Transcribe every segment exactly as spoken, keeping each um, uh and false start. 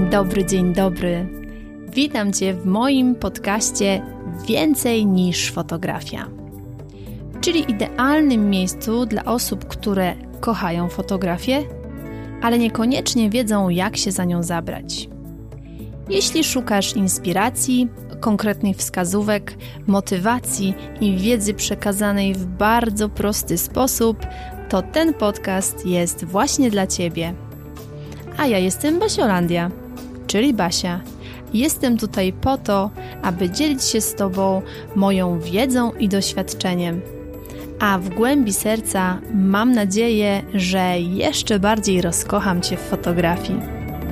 Dzień dobry, dzień dobry. Witam Cię w moim podcaście Więcej niż fotografia, czyli idealnym miejscu dla osób, które kochają fotografię, ale niekoniecznie wiedzą, jak się za nią zabrać. Jeśli szukasz inspiracji, konkretnych wskazówek, motywacji i wiedzy przekazanej w bardzo prosty sposób, to ten podcast jest właśnie dla Ciebie. A ja jestem Basiolandia, czyli Basia. Jestem tutaj po to, aby dzielić się z Tobą moją wiedzą i doświadczeniem. A w głębi serca mam nadzieję, że jeszcze bardziej rozkocham Cię w fotografii.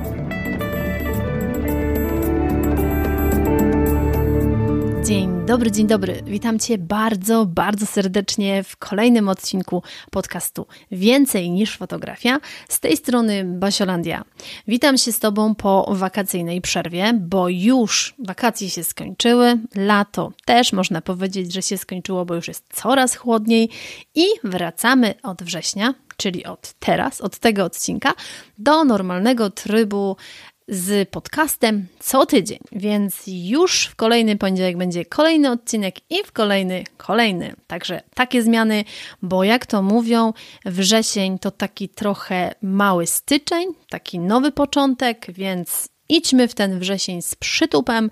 Dzień dobry, dzień dobry. Witam Cię bardzo, bardzo serdecznie w kolejnym odcinku podcastu Więcej niż fotografia. Z tej strony Basiolandia. Witam się z Tobą po wakacyjnej przerwie, bo już wakacje się skończyły. Lato też można powiedzieć, że się skończyło, bo już jest coraz chłodniej i wracamy od września, czyli od teraz, od tego odcinka, do normalnego trybu z podcastem co tydzień, więc już w kolejny poniedziałek będzie kolejny odcinek i w kolejny kolejny. Także takie zmiany, bo jak to mówią, wrzesień to taki trochę mały styczeń, taki nowy początek, więc idźmy w ten wrzesień z przytupem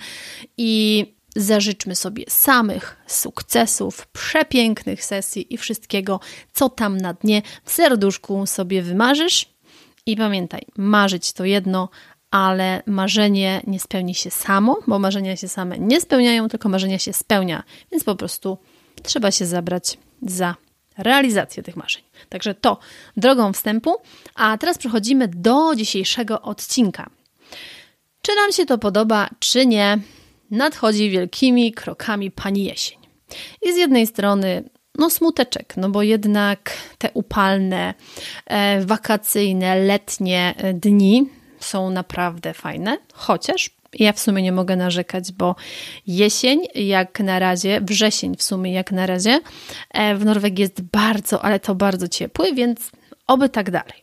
i zażyczmy sobie samych sukcesów, przepięknych sesji i wszystkiego, co tam na dnie w serduszku sobie wymarzysz. I pamiętaj, marzyć to jedno, ale marzenie nie spełni się samo, bo marzenia się same nie spełniają, tylko marzenia się spełnia, więc po prostu trzeba się zabrać za realizację tych marzeń. Także to drogą wstępu, a teraz przechodzimy do dzisiejszego odcinka. Czy nam się to podoba, czy nie, nadchodzi wielkimi krokami pani jesień. I z jednej strony no smuteczek, no bo jednak te upalne, e, wakacyjne, letnie dni są naprawdę fajne, chociaż ja w sumie nie mogę narzekać, bo jesień jak na razie, wrzesień w sumie jak na razie w Norwegii jest bardzo, ale to bardzo ciepły, więc oby tak dalej.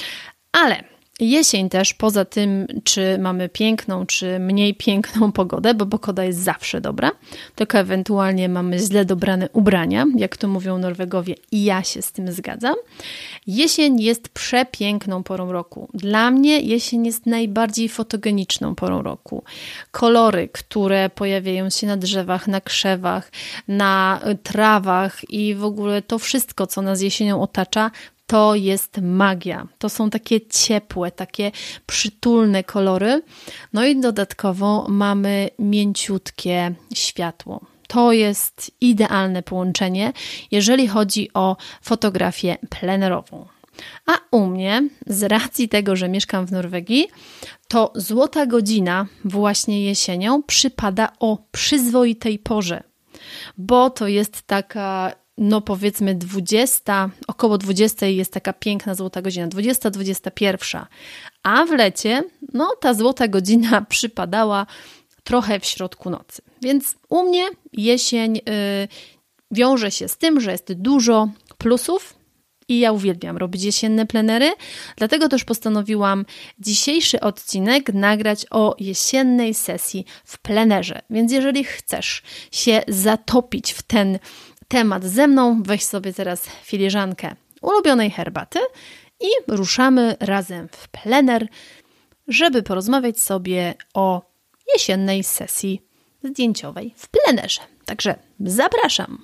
Ale jesień też, poza tym, czy mamy piękną, czy mniej piękną pogodę, bo pogoda jest zawsze dobra, tylko ewentualnie mamy źle dobrane ubrania, jak to mówią Norwegowie i ja się z tym zgadzam. Jesień jest przepiękną porą roku. Dla mnie jesień jest najbardziej fotogeniczną porą roku. Kolory, które pojawiają się na drzewach, na krzewach, na trawach i w ogóle to wszystko, co nas jesienią otacza, to jest magia. To są takie ciepłe, takie przytulne kolory. No i dodatkowo mamy mięciutkie światło. To jest idealne połączenie, jeżeli chodzi o fotografię plenerową. A u mnie, z racji tego, że mieszkam w Norwegii, to złota godzina właśnie jesienią przypada o przyzwoitej porze, bo to jest taka, no powiedzmy dwudziesta, około dwudziestej jest taka piękna złota godzina, dwudziesta, dwudziesta pierwsza, a w lecie, no ta złota godzina przypadała trochę w środku nocy. Więc u mnie jesień yy, wiąże się z tym, że jest dużo plusów i ja uwielbiam robić jesienne plenery, dlatego też postanowiłam dzisiejszy odcinek nagrać o jesiennej sesji w plenerze. Więc jeżeli chcesz się zatopić w ten temat ze mną, weź sobie teraz filiżankę ulubionej herbaty i ruszamy razem w plener, żeby porozmawiać sobie o jesiennej sesji zdjęciowej w plenerze. Także zapraszam.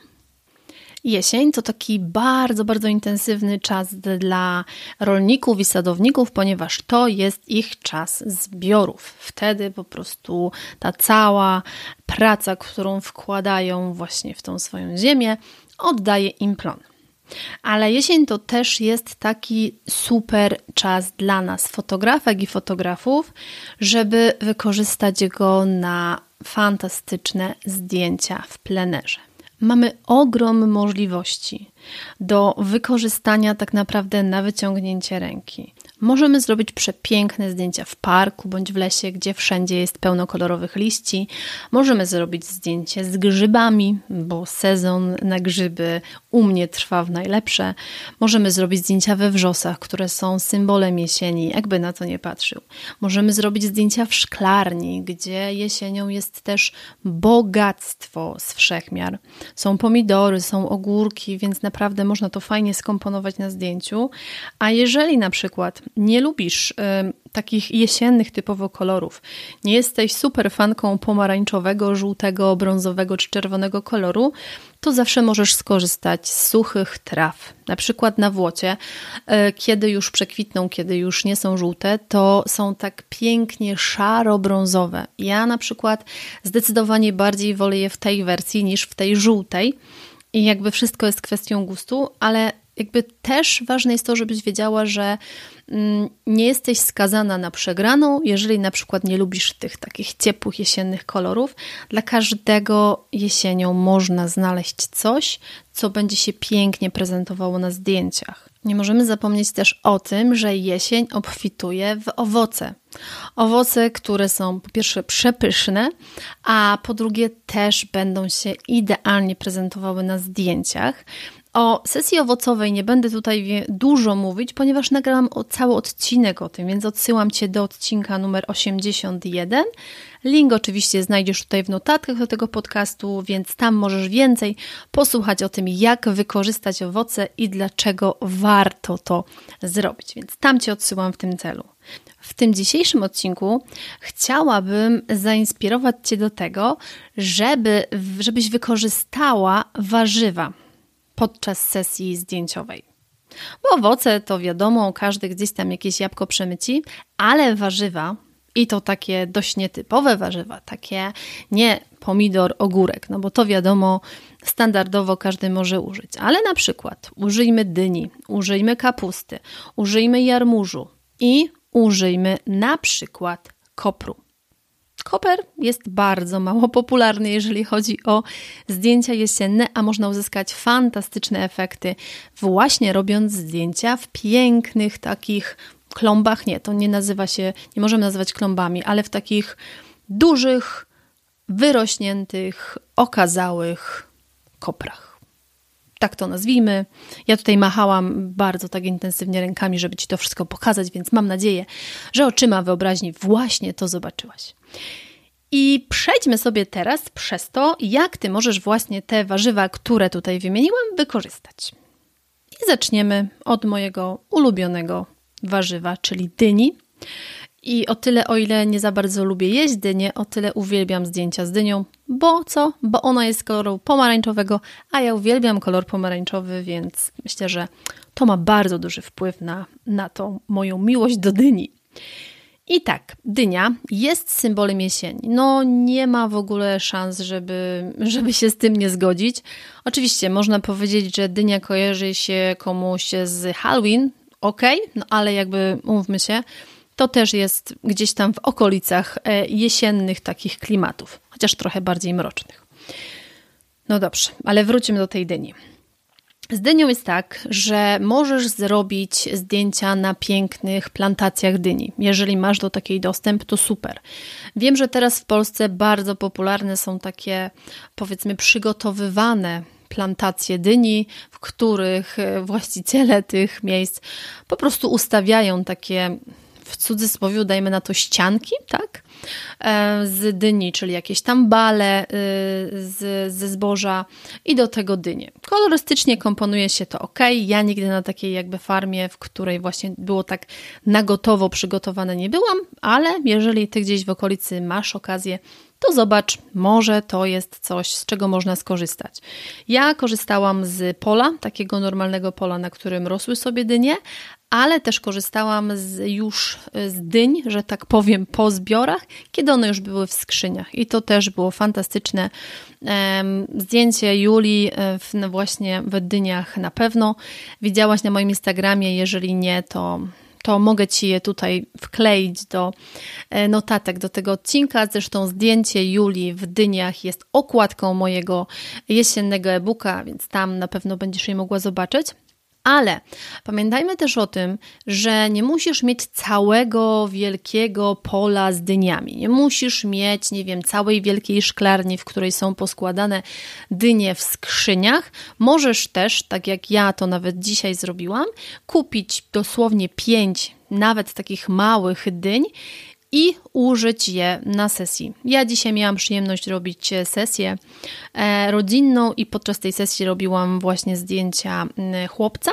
Jesień to taki bardzo, bardzo intensywny czas dla rolników i sadowników, ponieważ to jest ich czas zbiorów. Wtedy po prostu ta cała praca, którą wkładają właśnie w tą swoją ziemię, oddaje im plon. Ale jesień to też jest taki super czas dla nas, fotografek i fotografów, żeby wykorzystać go na fantastyczne zdjęcia w plenerze. Mamy ogrom możliwości do wykorzystania tak naprawdę na wyciągnięcie ręki. Możemy zrobić przepiękne zdjęcia w parku bądź w lesie, gdzie wszędzie jest pełno kolorowych liści. Możemy zrobić zdjęcie z grzybami, bo sezon na grzyby u mnie trwa w najlepsze. Możemy zrobić zdjęcia we wrzosach, które są symbolem jesieni, jakby na to nie patrzył. Możemy zrobić zdjęcia w szklarni, gdzie jesienią jest też bogactwo z wszechmiar. Są pomidory, są ogórki, więc naprawdę można to fajnie skomponować na zdjęciu. A jeżeli na przykład nie lubisz y, takich jesiennych typowo kolorów, nie jesteś super fanką pomarańczowego, żółtego, brązowego czy czerwonego koloru, to zawsze możesz skorzystać z suchych traw. Na przykład na Włocie, y, kiedy już przekwitną, kiedy już nie są żółte, to są tak pięknie szaro-brązowe. Ja na przykład zdecydowanie bardziej wolę je w tej wersji niż w tej żółtej. I jakby wszystko jest kwestią gustu, ale jakby też ważne jest to, żebyś wiedziała, że nie jesteś skazana na przegraną, jeżeli na przykład nie lubisz tych takich ciepłych jesiennych kolorów. Dla każdego jesienią można znaleźć coś, co będzie się pięknie prezentowało na zdjęciach. Nie możemy zapomnieć też o tym, że jesień obfituje w owoce. Owoce, które są po pierwsze przepyszne, a po drugie też będą się idealnie prezentowały na zdjęciach. O sesji owocowej nie będę tutaj dużo mówić, ponieważ nagrałam cały odcinek o tym, więc odsyłam Cię do odcinka numer osiemdziesiąt jeden. Link oczywiście znajdziesz tutaj w notatkach do tego podcastu, więc tam możesz więcej posłuchać o tym, jak wykorzystać owoce i dlaczego warto to zrobić. Więc tam Cię odsyłam w tym celu. W tym dzisiejszym odcinku chciałabym zainspirować Cię do tego, żeby, żebyś wykorzystała warzywa podczas sesji zdjęciowej. Bo owoce to wiadomo, każdy gdzieś tam jakieś jabłko przemyci, ale warzywa, i to takie dość nietypowe warzywa, takie nie pomidor, ogórek, no bo to wiadomo, standardowo każdy może użyć, ale na przykład użyjmy dyni, użyjmy kapusty, użyjmy jarmużu i użyjmy na przykład kopru. Koper jest bardzo mało popularny, jeżeli chodzi o zdjęcia jesienne, a można uzyskać fantastyczne efekty właśnie robiąc zdjęcia w pięknych takich klombach. Nie, to nie nazywa się, nie możemy nazywać klombami, ale w takich dużych, wyrośniętych, okazałych koprach. Tak to nazwijmy. Ja tutaj machałam bardzo tak intensywnie rękami, żeby Ci to wszystko pokazać, więc mam nadzieję, że oczyma wyobraźni właśnie to zobaczyłaś. I przejdźmy sobie teraz przez to, jak Ty możesz właśnie te warzywa, które tutaj wymieniłam, wykorzystać. I zaczniemy od mojego ulubionego warzywa, czyli dyni. I o tyle, o ile nie za bardzo lubię jeść dynię, o tyle uwielbiam zdjęcia z dynią, bo co? Bo ona jest koloru pomarańczowego, a ja uwielbiam kolor pomarańczowy, więc myślę, że to ma bardzo duży wpływ na, na tą moją miłość do dyni. I tak, dynia jest symbolem jesieni. No nie ma w ogóle szans, żeby, żeby się z tym nie zgodzić. Oczywiście można powiedzieć, że dynia kojarzy się komuś z Halloween, okej, okay, no ale jakby umówmy się, to też jest gdzieś tam w okolicach jesiennych takich klimatów, chociaż trochę bardziej mrocznych. No dobrze, ale wróćmy do tej dyni. Z dynią jest tak, że możesz zrobić zdjęcia na pięknych plantacjach dyni. Jeżeli masz do takiej dostęp, to super. Wiem, że teraz w Polsce bardzo popularne są takie, powiedzmy, przygotowywane plantacje dyni, w których właściciele tych miejsc po prostu ustawiają takie, w cudzysłowie dajmy na to ścianki, tak? Z dyni, czyli jakieś tam bale z, ze zboża i do tego dynie. Kolorystycznie komponuje się to ok. Ja nigdy na takiej jakby farmie, w której właśnie było tak na gotowo przygotowane nie byłam, ale jeżeli Ty gdzieś w okolicy masz okazję, to zobacz, może to jest coś, z czego można skorzystać. Ja korzystałam z pola, takiego normalnego pola, na którym rosły sobie dynie, ale też korzystałam z, już z dyń, że tak powiem, po zbiorach, kiedy one już były w skrzyniach. I to też było fantastyczne. Zdjęcie Julii w, no właśnie w dyniach na pewno widziałaś na moim Instagramie, jeżeli nie, to... to mogę Ci je tutaj wkleić do notatek do tego odcinka. Zresztą zdjęcie Julii w dyniach jest okładką mojego jesiennego e-booka, więc tam na pewno będziesz je mogła zobaczyć. Ale pamiętajmy też o tym, że nie musisz mieć całego wielkiego pola z dyniami. Nie musisz mieć, nie wiem, całej wielkiej szklarni, w której są poskładane dynie w skrzyniach. Możesz też, tak jak ja to nawet dzisiaj zrobiłam, kupić dosłownie pięć nawet takich małych dyń i użyć je na sesji. Ja dzisiaj miałam przyjemność robić sesję rodzinną i podczas tej sesji robiłam właśnie zdjęcia chłopca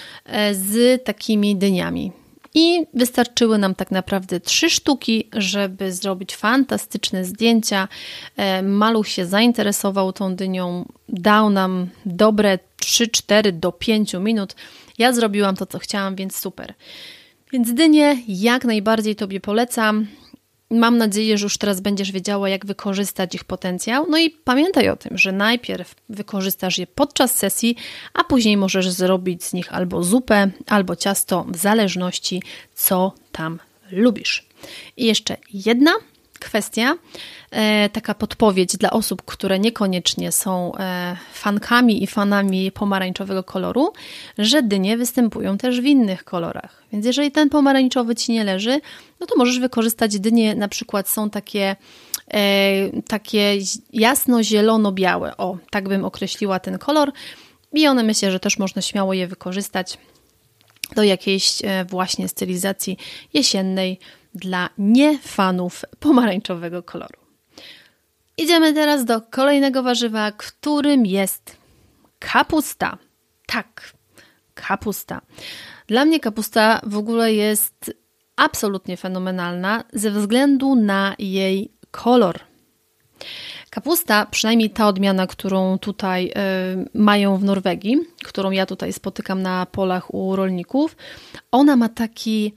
z takimi dyniami. I wystarczyły nam tak naprawdę trzy sztuki, żeby zrobić fantastyczne zdjęcia. Maluch się zainteresował tą dynią, dał nam dobre trzy cztery do pięciu minut. Ja zrobiłam to, co chciałam, więc super. Więc dynie jak najbardziej Tobie polecam. Mam nadzieję, że już teraz będziesz wiedziała, jak wykorzystać ich potencjał. No i pamiętaj o tym, że najpierw wykorzystasz je podczas sesji, a później możesz zrobić z nich albo zupę, albo ciasto, w zależności co tam lubisz. I jeszcze jedna kwestia, e, taka podpowiedź dla osób, które niekoniecznie są e, fankami i fanami pomarańczowego koloru, że dynie występują też w innych kolorach. Więc jeżeli ten pomarańczowy Ci nie leży, no to możesz wykorzystać dynie, na przykład są takie, e, takie jasno-zielono-białe, o, tak bym określiła ten kolor i one myślę, że też można śmiało je wykorzystać do jakiejś e, właśnie stylizacji jesiennej, dla niefanów pomarańczowego koloru. Idziemy teraz do kolejnego warzywa, którym jest kapusta. Tak, kapusta. Dla mnie kapusta w ogóle jest absolutnie fenomenalna ze względu na jej kolor. Kapusta, przynajmniej ta odmiana, którą tutaj y, mają w Norwegii, którą ja tutaj spotykam na polach u rolników, ona ma taki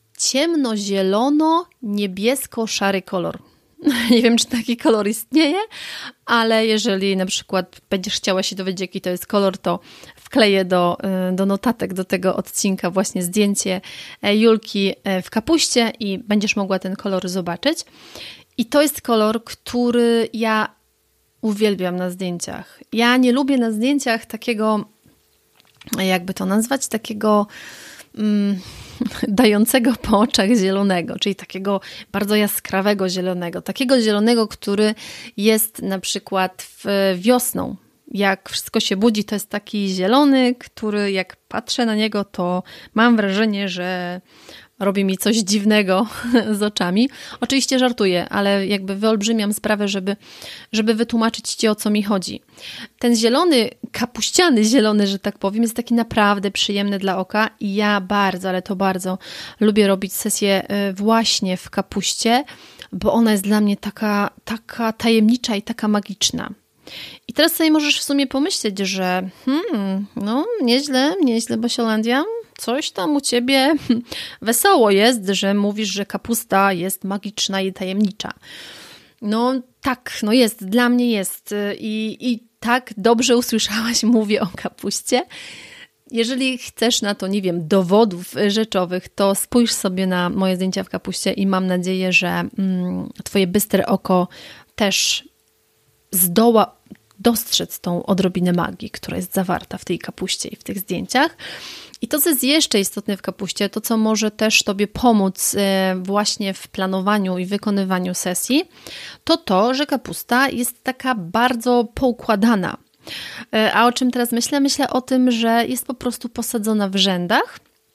ciemnozielono-niebiesko-szary kolor. Nie wiem, czy taki kolor istnieje, ale jeżeli na przykład będziesz chciała się dowiedzieć, jaki to jest kolor, to wkleję do, do notatek do tego odcinka właśnie zdjęcie Julki w kapuście i będziesz mogła ten kolor zobaczyć. I to jest kolor, który ja uwielbiam na zdjęciach. Ja nie lubię na zdjęciach takiego, jakby to nazwać, takiego mm, dającego po oczach zielonego, czyli takiego bardzo jaskrawego zielonego. Takiego zielonego, który jest na przykład w wiosną. Jak wszystko się budzi, to jest taki zielony, który jak patrzę na niego, to mam wrażenie, że robi mi coś dziwnego z oczami. Oczywiście żartuję, ale jakby wyolbrzymiam sprawę, żeby, żeby wytłumaczyć Ci, o co mi chodzi. Ten zielony, kapuściany zielony, że tak powiem, jest taki naprawdę przyjemny dla oka i ja bardzo, ale to bardzo lubię robić sesję właśnie w kapuście, bo ona jest dla mnie taka, taka tajemnicza i taka magiczna. I teraz sobie możesz w sumie pomyśleć, że hmm, no nieźle, nieźle Basiolandia, coś tam u Ciebie wesoło jest, że mówisz, że kapusta jest magiczna i tajemnicza. No tak, no jest, dla mnie jest i, i tak dobrze usłyszałaś, mówię o kapuście. Jeżeli chcesz na to, nie wiem, dowodów rzeczowych, to spójrz sobie na moje zdjęcia w kapuście i mam nadzieję, że mm, Twoje bystre oko też zdoła dostrzec tą odrobinę magii, która jest zawarta w tej kapuście i w tych zdjęciach. I to, co jest jeszcze istotne w kapuście, to co może też Tobie pomóc właśnie w planowaniu i wykonywaniu sesji, to to, że kapusta jest taka bardzo poukładana. A o czym teraz myślę? Myślę o tym, że jest po prostu posadzona w rzędach,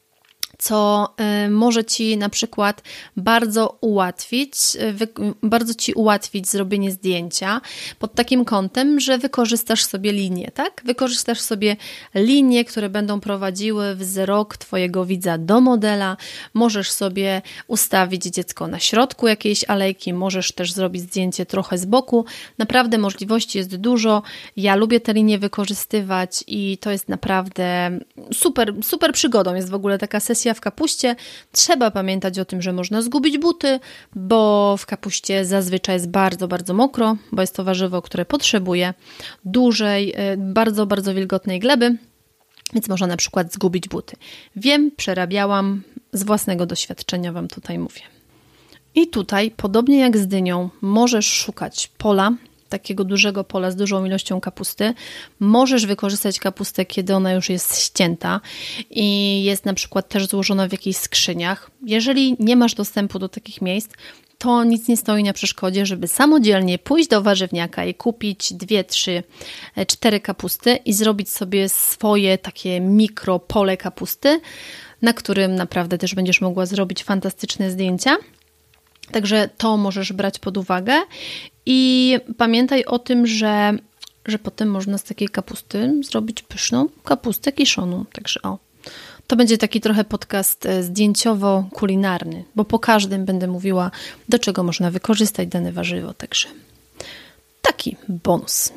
co może Ci na przykład bardzo ułatwić, bardzo Ci ułatwić zrobienie zdjęcia pod takim kątem, że wykorzystasz sobie linie, tak? Wykorzystasz sobie linie, które będą prowadziły wzrok Twojego widza do modela. Możesz sobie ustawić dziecko na środku jakiejś alejki, możesz też zrobić zdjęcie trochę z boku. Naprawdę możliwości jest dużo. Ja lubię te linie wykorzystywać i to jest naprawdę super, super przygodą. Jest w ogóle taka sesja w kapuście. Trzeba pamiętać o tym, że można zgubić buty, bo w kapuście zazwyczaj jest bardzo, bardzo mokro, bo jest to warzywo, które potrzebuje dużej, bardzo, bardzo wilgotnej gleby, więc można na przykład zgubić buty. Wiem, przerabiałam, z własnego doświadczenia Wam tutaj mówię. I tutaj, podobnie jak z dynią, możesz szukać pola, takiego dużego pola z dużą ilością kapusty. Możesz wykorzystać kapustę, kiedy ona już jest ścięta i jest na przykład też złożona w jakichś skrzyniach. Jeżeli nie masz dostępu do takich miejsc, to nic nie stoi na przeszkodzie, żeby samodzielnie pójść do warzywniaka i kupić dwie, trzy, cztery kapusty i zrobić sobie swoje takie mikro pole kapusty, na którym naprawdę też będziesz mogła zrobić fantastyczne zdjęcia. Także to możesz brać pod uwagę i pamiętaj o tym, że, że potem można z takiej kapusty zrobić pyszną kapustę kiszoną. Także o, to będzie taki trochę podcast zdjęciowo-kulinarny, bo po każdym będę mówiła, do czego można wykorzystać dane warzywo. Także taki bonus.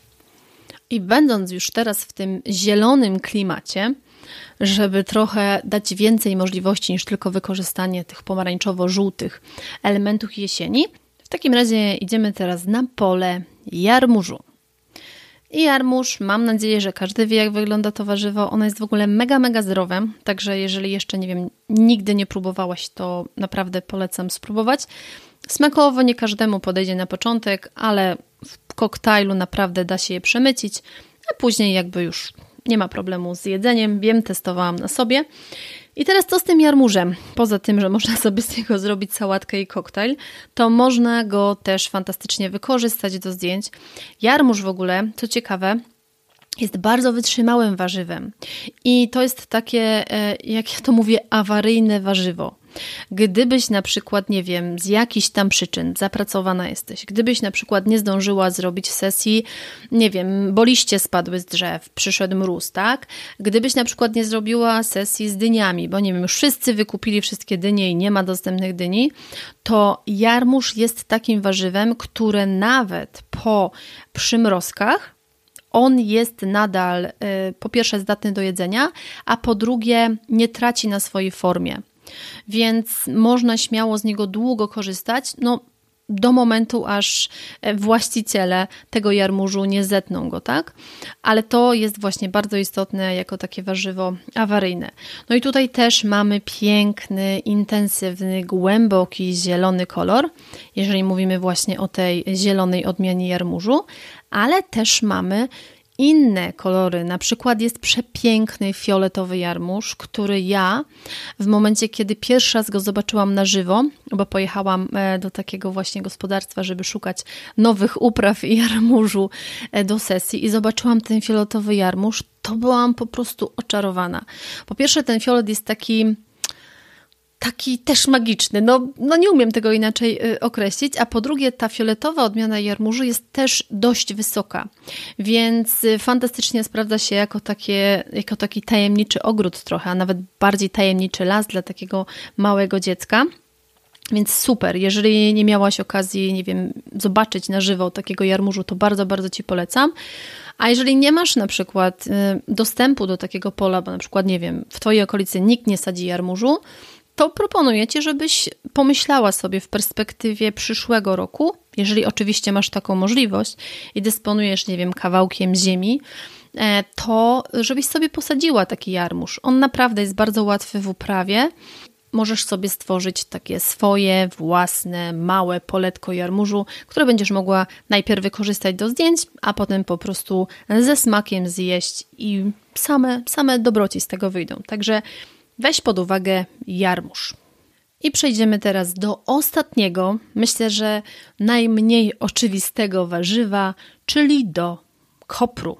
I będąc już teraz w tym zielonym klimacie, żeby trochę dać więcej możliwości niż tylko wykorzystanie tych pomarańczowo-żółtych elementów jesieni, w takim razie idziemy teraz na pole jarmużu. I jarmuż, mam nadzieję, że każdy wie, jak wygląda to warzywo. Ono jest w ogóle mega, mega zdrowe, także jeżeli jeszcze, nie wiem, nigdy nie próbowałaś, to naprawdę polecam spróbować. Smakowo nie każdemu podejdzie na początek, ale w koktajlu naprawdę da się je przemycić, a później jakby już nie ma problemu z jedzeniem. Wiem, testowałam na sobie. I teraz co z tym jarmużem? Poza tym, że można sobie z niego zrobić sałatkę i koktajl, to można go też fantastycznie wykorzystać do zdjęć. Jarmuż w ogóle, co ciekawe, jest bardzo wytrzymałym warzywem. I to jest takie, jak ja to mówię, awaryjne warzywo. Gdybyś na przykład, nie wiem, z jakichś tam przyczyn zapracowana jesteś, gdybyś na przykład nie zdążyła zrobić sesji, nie wiem, bo liście spadły z drzew, przyszedł mróz, tak? Gdybyś na przykład nie zrobiła sesji z dyniami, bo nie wiem, już wszyscy wykupili wszystkie dynie i nie ma dostępnych dyni, to jarmuż jest takim warzywem, które nawet po przymrozkach on jest nadal y, po pierwsze zdatny do jedzenia, a po drugie nie traci na swojej formie. Więc można śmiało z niego długo korzystać, no do momentu, aż właściciele tego jarmużu nie zetną go, tak? Ale to jest właśnie bardzo istotne jako takie warzywo awaryjne. No i tutaj też mamy piękny, intensywny, głęboki, zielony kolor, jeżeli mówimy właśnie o tej zielonej odmianie jarmużu, ale też mamy inne kolory. Na przykład jest przepiękny fioletowy jarmuż, który ja w momencie, kiedy pierwszy raz go zobaczyłam na żywo, bo pojechałam do takiego właśnie gospodarstwa, żeby szukać nowych upraw jarmużu do sesji i zobaczyłam ten fioletowy jarmuż, to byłam po prostu oczarowana. Po pierwsze, ten fiolet jest taki taki też magiczny, no, no nie umiem tego inaczej y, określić, a po drugie ta fioletowa odmiana jarmużu jest też dość wysoka, więc y, fantastycznie sprawdza się jako, takie, jako taki tajemniczy ogród trochę, a nawet bardziej tajemniczy las dla takiego małego dziecka. Więc super, jeżeli nie miałaś okazji, nie wiem, zobaczyć na żywo takiego jarmużu, to bardzo, bardzo Ci polecam. A jeżeli nie masz na przykład y, dostępu do takiego pola, bo na przykład, nie wiem, w Twojej okolicy nikt nie sadzi jarmużu, to proponuję Ci, żebyś pomyślała sobie w perspektywie przyszłego roku, jeżeli oczywiście masz taką możliwość i dysponujesz, nie wiem, kawałkiem ziemi, to żebyś sobie posadziła taki jarmuż. On naprawdę jest bardzo łatwy w uprawie. Możesz sobie stworzyć takie swoje własne, małe poletko jarmużu, które będziesz mogła najpierw wykorzystać do zdjęć, a potem po prostu ze smakiem zjeść i same, same dobroci z tego wyjdą. Także weź pod uwagę jarmuż. I przejdziemy teraz do ostatniego, myślę, że najmniej oczywistego warzywa, czyli do kopru.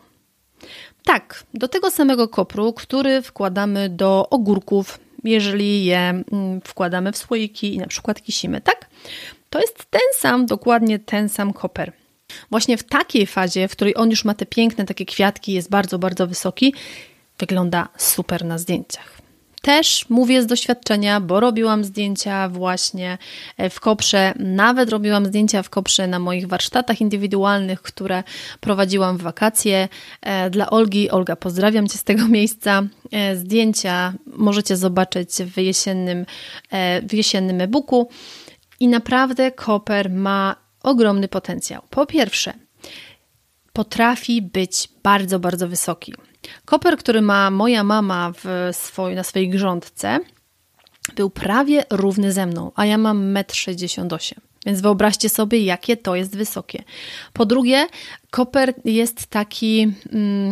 Tak, do tego samego kopru, który wkładamy do ogórków, jeżeli je wkładamy w słoiki i na przykład kisimy, tak? To jest ten sam, dokładnie ten sam koper. Właśnie w takiej fazie, w której on już ma te piękne takie kwiatki, jest bardzo, bardzo wysoki, wygląda super na zdjęciach. Też mówię z doświadczenia, bo robiłam zdjęcia właśnie w koprze, nawet robiłam zdjęcia w koprze na moich warsztatach indywidualnych, które prowadziłam w wakacje dla Olgi. Olga, pozdrawiam Cię z tego miejsca. Zdjęcia możecie zobaczyć w jesiennym, w jesiennym e-booku i naprawdę koper ma ogromny potencjał. Po pierwsze, potrafi być bardzo, bardzo wysoki. Koper, który ma moja mama w swoj, na swojej grządce, był prawie równy ze mną, a ja mam metr sześćdziesiąt osiem. Więc wyobraźcie sobie, jakie to jest wysokie. Po drugie, koper jest taki mm,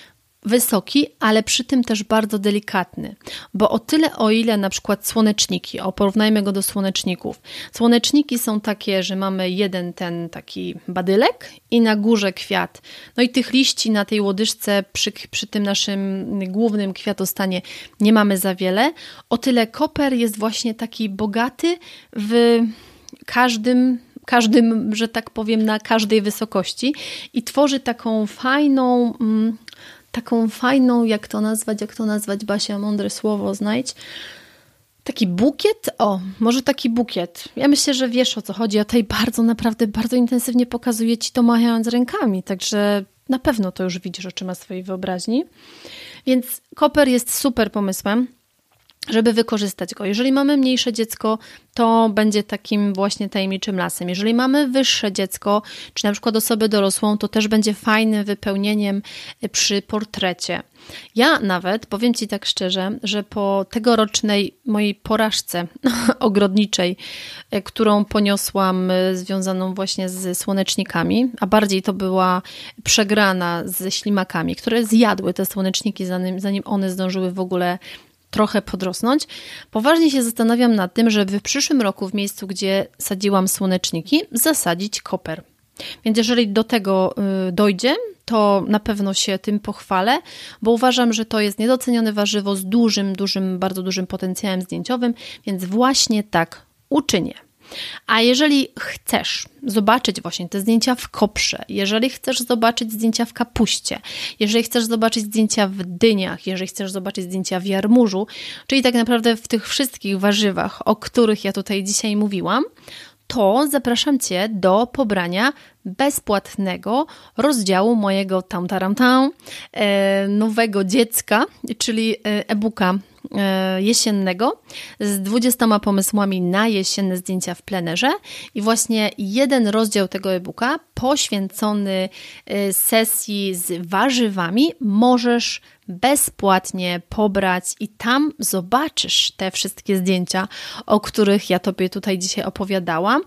wysoki, ale przy tym też bardzo delikatny. Bo o tyle, o ile na przykład słoneczniki, o porównajmy go do słoneczników. Słoneczniki są takie, że mamy jeden ten taki badylek i na górze kwiat. No i tych liści na tej łodyżce przy, przy tym naszym głównym kwiatostanie nie mamy za wiele. O tyle koper jest właśnie taki bogaty w każdym, każdym, że tak powiem, na każdej wysokości i tworzy taką fajną, mm, taką fajną, jak to nazwać, jak to nazwać, Basia, mądre słowo znajdź. Taki bukiet? O, może taki bukiet. Ja myślę, że wiesz, o co chodzi. Ja tutaj bardzo, naprawdę bardzo intensywnie pokazuję Ci to machając rękami, także na pewno to już widzisz oczyma swojej wyobraźni. Więc koper jest super pomysłem, żeby wykorzystać go. Jeżeli mamy mniejsze dziecko, to będzie takim właśnie tajemniczym lasem. Jeżeli mamy wyższe dziecko, czy na przykład osobę dorosłą, to też będzie fajnym wypełnieniem przy portrecie. Ja nawet, powiem Ci tak szczerze, że po tegorocznej mojej porażce ogrodniczej, którą poniosłam związaną właśnie z słonecznikami, a bardziej to była przegrana ze ślimakami, które zjadły te słoneczniki, zanim, zanim one zdążyły w ogóle trochę podrosnąć. Poważnie się zastanawiam nad tym, żeby w przyszłym roku w miejscu, gdzie sadziłam słoneczniki, zasadzić koper. Więc jeżeli do tego dojdzie, to na pewno się tym pochwalę, bo uważam, że to jest niedocenione warzywo z dużym, dużym, bardzo dużym potencjałem zdjęciowym, więc właśnie tak uczynię. A jeżeli chcesz zobaczyć właśnie te zdjęcia w koprze, jeżeli chcesz zobaczyć zdjęcia w kapuście, jeżeli chcesz zobaczyć zdjęcia w dyniach, jeżeli chcesz zobaczyć zdjęcia w jarmużu, czyli tak naprawdę w tych wszystkich warzywach, o których ja tutaj dzisiaj mówiłam, to zapraszam Cię do pobrania bezpłatnego rozdziału mojego tam taram tam e, nowego dziecka, czyli e-booka e, jesiennego z dwudziestoma pomysłami na jesienne zdjęcia w plenerze i właśnie jeden rozdział tego e-booka poświęcony e, sesji z warzywami możesz bezpłatnie pobrać i tam zobaczysz te wszystkie zdjęcia, o których ja Tobie tutaj dzisiaj opowiadałam.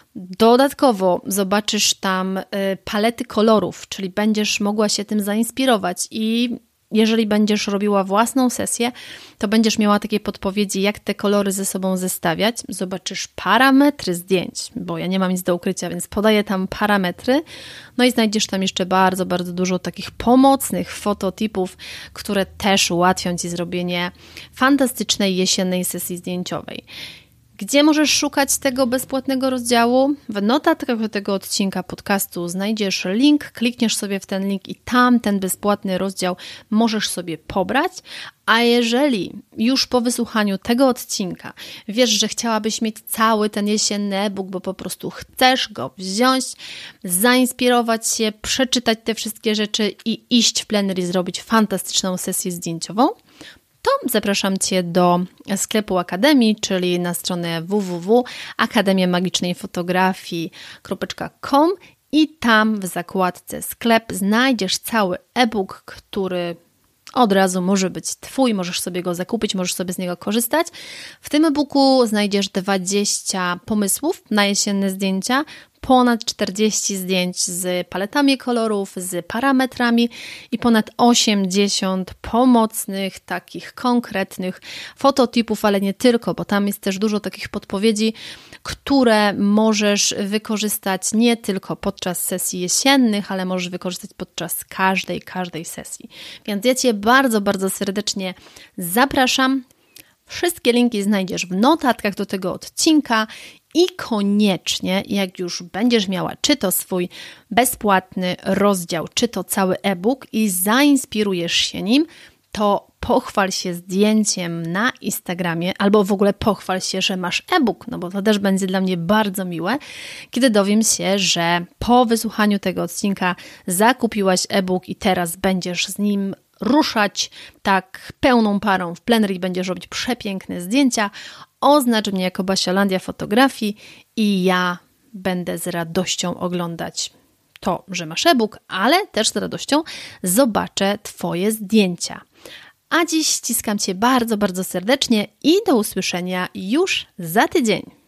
Dodatkowo zobaczysz tam palety kolorów, czyli będziesz mogła się tym zainspirować i jeżeli będziesz robiła własną sesję, to będziesz miała takie podpowiedzi, jak te kolory ze sobą zestawiać. Zobaczysz parametry zdjęć, bo ja nie mam nic do ukrycia, więc podaję tam parametry. No i znajdziesz tam jeszcze bardzo, bardzo dużo takich pomocnych fototipów, które też ułatwią Ci zrobienie fantastycznej jesiennej sesji zdjęciowej. Gdzie możesz szukać tego bezpłatnego rozdziału? W notatkach do tego odcinka podcastu znajdziesz link, klikniesz sobie w ten link i tam ten bezpłatny rozdział możesz sobie pobrać. A jeżeli już po wysłuchaniu tego odcinka wiesz, że chciałabyś mieć cały ten jesienny e-book, bo po prostu chcesz go wziąć, zainspirować się, przeczytać te wszystkie rzeczy i iść w plener i zrobić fantastyczną sesję zdjęciową, to zapraszam Cię do sklepu Akademii, czyli na stronę w w w kropka akademia magicznej fotografii kropka com i tam w zakładce sklep znajdziesz cały e-book, który od razu może być Twój, możesz sobie go zakupić, możesz sobie z niego korzystać. W tym e-booku znajdziesz dwadzieścia pomysłów na jesienne zdjęcia, ponad czterdzieści zdjęć z paletami kolorów, z parametrami i ponad osiemdziesiąt pomocnych, takich konkretnych fototipów, ale nie tylko, bo tam jest też dużo takich podpowiedzi, które możesz wykorzystać nie tylko podczas sesji jesiennych, ale możesz wykorzystać podczas każdej, każdej sesji. Więc ja Cię bardzo, bardzo serdecznie zapraszam. Wszystkie linki znajdziesz w notatkach do tego odcinka i koniecznie, jak już będziesz miała czy to swój bezpłatny rozdział, czy to cały e-book i zainspirujesz się nim, to pochwal się zdjęciem na Instagramie albo w ogóle pochwal się, że masz e-book, no bo to też będzie dla mnie bardzo miłe, kiedy dowiem się, że po wysłuchaniu tego odcinka zakupiłaś e-book i teraz będziesz z nim ruszać tak pełną parą w plener i będziesz robić przepiękne zdjęcia. Oznacz mnie jako Basiolandia Fotografii i ja będę z radością oglądać to, że masz e-book, ale też z radością zobaczę Twoje zdjęcia. A dziś ściskam Cię bardzo, bardzo serdecznie i do usłyszenia już za tydzień.